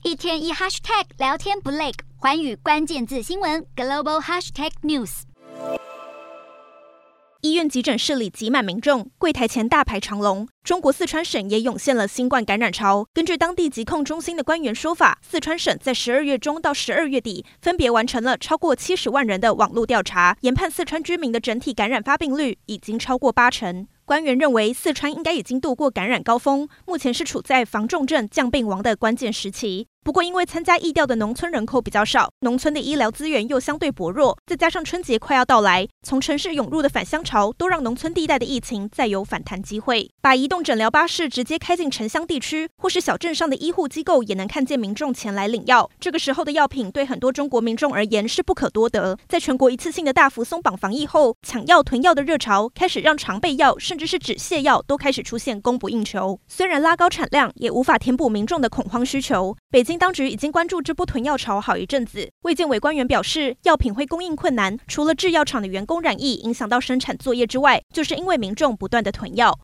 一天一 hashtag 聊天不累，寰宇关键字新闻 global hashtag news。 医院急诊室里挤满民众，柜台前大排长龙。中国四川省也涌现了新冠感染潮。根据当地疾控中心的官员说法，四川省在12月中到12月底，分别完成了超过70万人的网络调查，研判四川居民的整体感染发病率已经超过80%。官员认为，四川应该已经度过感染高峰，目前是处在防重症、降病亡的关键时期。不过，因为参加疫调的农村人口比较少，农村的医疗资源又相对薄弱，再加上春节快要到来，从城市涌入的返乡潮，都让农村地带的疫情再有反弹机会。把移动诊疗巴士直接开进城乡地区，或是小镇上的医护机构，也能看见民众前来领药。这个时候的药品对很多中国民众而言是不可多得。在全国一次性的大幅松绑防疫后，抢药囤药的热潮开始让常备药甚至是止泻药都开始出现供不应求。虽然拉高产量，也无法填补民众的恐慌需求。北京当局已经关注这波囤药潮好一阵子。卫健委官员表示，药品会供应困难，除了制药厂的员工染疫影响到生产作业之外，就是因为民众不断的囤药。